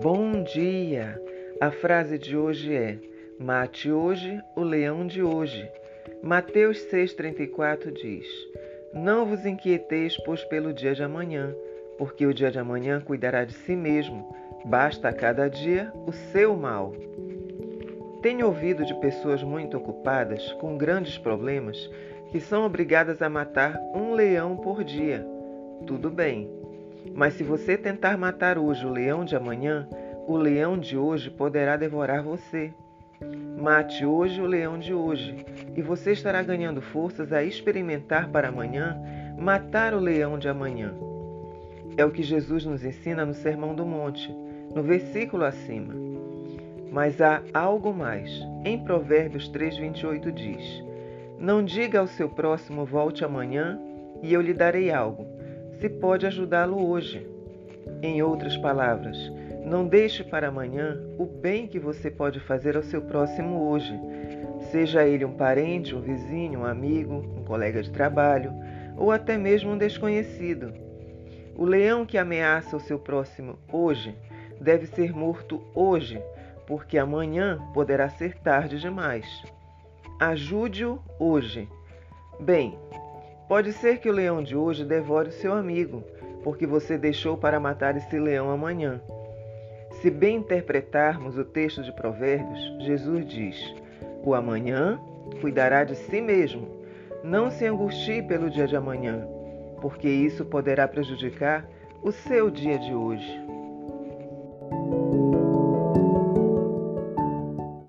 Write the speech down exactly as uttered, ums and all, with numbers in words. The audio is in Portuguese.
Bom dia! A frase de hoje é: mate hoje o leão de hoje. Mateus seis, trinta e quatro diz: não vos inquieteis, pois pelo dia de amanhã, porque o dia de amanhã cuidará de si mesmo. Basta a cada dia o seu mal. Tenho ouvido de pessoas muito ocupadas, com grandes problemas, que são obrigadas a matar um leão por dia. Tudo bem. Mas se você tentar matar hoje o leão de amanhã, o leão de hoje poderá devorar você. Mate hoje o leão de hoje, e você estará ganhando forças a experimentar para amanhã matar o leão de amanhã. É o que Jesus nos ensina no Sermão do Monte, no versículo acima. Mas há algo mais. Em Provérbios três, vinte e oito diz: não diga ao seu próximo volte amanhã e eu lhe darei algo, se pode ajudá-lo hoje. Em outras palavras, não deixe para amanhã o bem que você pode fazer ao seu próximo hoje, seja ele um parente, um vizinho, um amigo, um colega de trabalho ou até mesmo um desconhecido. O leão que ameaça o seu próximo hoje deve ser morto hoje, porque amanhã poderá ser tarde demais. Ajude-o hoje. Bem, pode ser que o leão de hoje devore o seu amigo, porque você deixou para matar esse leão amanhã. Se bem interpretarmos o texto de Provérbios, Jesus diz: o amanhã cuidará de si mesmo. Não se angustie pelo dia de amanhã, porque isso poderá prejudicar o seu dia de hoje.